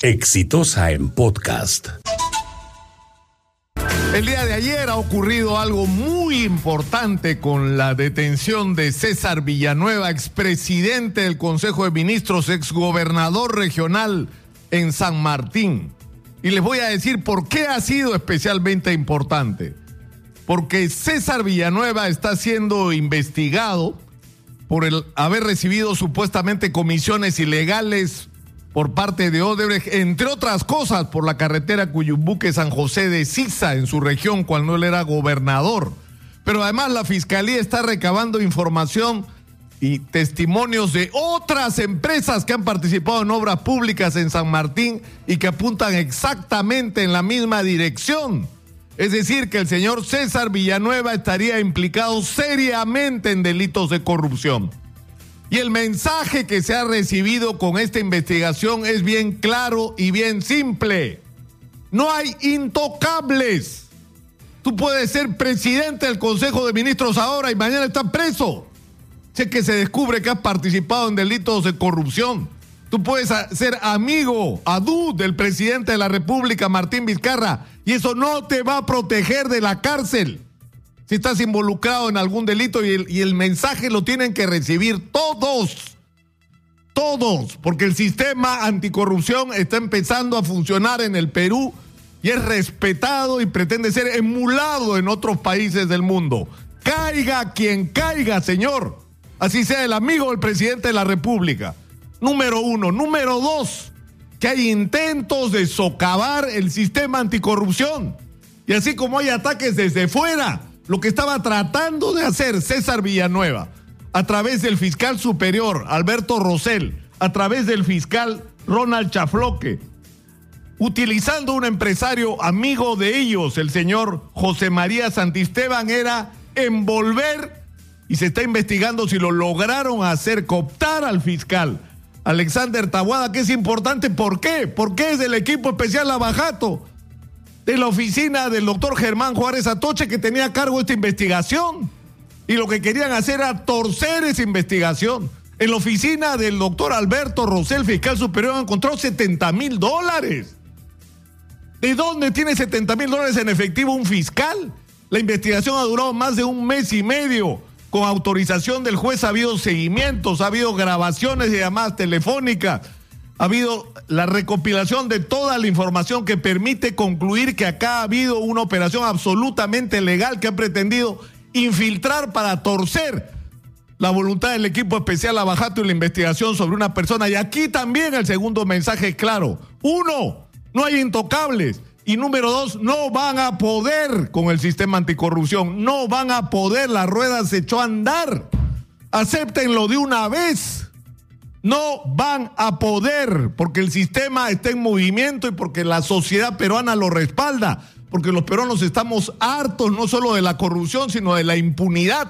Exitosa en podcast. El día de ayer ha ocurrido algo muy importante con la detención de César Villanueva, expresidente del Consejo de Ministros, exgobernador regional en San Martín. Y les voy a decir por qué ha sido especialmente importante. Porque César Villanueva está siendo investigado por haber recibido supuestamente comisiones ilegales por parte de Odebrecht, entre otras cosas por la carretera Cuyumbuque-San José de Sisa en su región cuando él era gobernador. Pero además la Fiscalía está recabando información y testimonios de otras empresas que han participado en obras públicas en San Martín y que apuntan exactamente en la misma dirección. Es decir, que el señor César Villanueva estaría implicado seriamente en delitos de corrupción. Y el mensaje que se ha recibido con esta investigación es bien claro y bien simple. No hay intocables. Tú puedes ser presidente del Consejo de Ministros ahora y mañana estás preso. Si es que se descubre que has participado en delitos de corrupción. Tú puedes ser amigo, adú del presidente de la República, Martín Vizcarra, y eso no te va a proteger de la cárcel. Si estás involucrado en algún delito y el mensaje lo tienen que recibir todos, porque el sistema anticorrupción está empezando a funcionar en el Perú y es respetado y pretende ser emulado en otros países del mundo. Caiga quien caiga, señor, así sea el amigo del presidente de la República. Número uno. Número dos, que hay intentos de socavar el sistema anticorrupción. Y así como hay ataques desde fuera, lo que estaba tratando de hacer César Villanueva, a través del fiscal superior Alberto Rosell, a través del fiscal Ronald Chafloque, utilizando un empresario amigo de ellos, el señor José María Santisteban, era envolver, y se está investigando si lo lograron hacer, cooptar al fiscal Alexander Taboada, que es importante. ¿Por qué? Porque es del equipo especial Lavajato, de la oficina del doctor Germán Juárez Atoche, que tenía a cargo esta investigación. Y lo que querían hacer era torcer esa investigación. En la oficina del doctor Alberto Rosell, fiscal superior, encontró $70,000. ¿De dónde tiene $70,000 en efectivo un fiscal? La investigación ha durado más de un mes y medio. Con autorización del juez ha habido seguimientos, ha habido grabaciones de llamadas telefónicas, ha habido la recopilación de toda la información que permite concluir que acá ha habido una operación absolutamente legal que ha pretendido infiltrar para torcer la voluntad del equipo especial Lavajato y la investigación sobre una persona. Y aquí también el segundo mensaje es claro. Uno, no hay intocables. Y número dos, no van a poder con el sistema anticorrupción. No van a poder, la rueda se echó a andar. Acéptenlo de una vez. No van a poder, porque el sistema está en movimiento y porque la sociedad peruana lo respalda, porque los peruanos estamos hartos no solo de la corrupción, sino de la impunidad.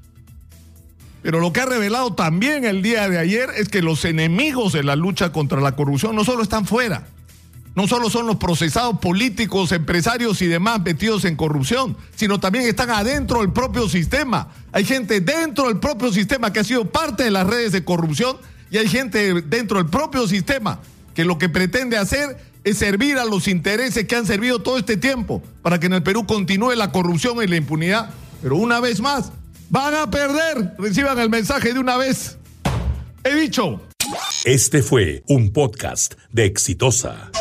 Pero lo que ha revelado también el día de ayer es que los enemigos de la lucha contra la corrupción no solo están fuera, no solo son los procesados políticos, empresarios y demás metidos en corrupción, sino también están adentro del propio sistema. Hay gente dentro del propio sistema que ha sido parte de las redes de corrupción. Y hay gente dentro del propio sistema que lo que pretende hacer es servir a los intereses que han servido todo este tiempo para que en el Perú continúe la corrupción y la impunidad. Pero una vez más, van a perder. Reciban el mensaje de una vez. He dicho. Este fue un podcast de Exitosa.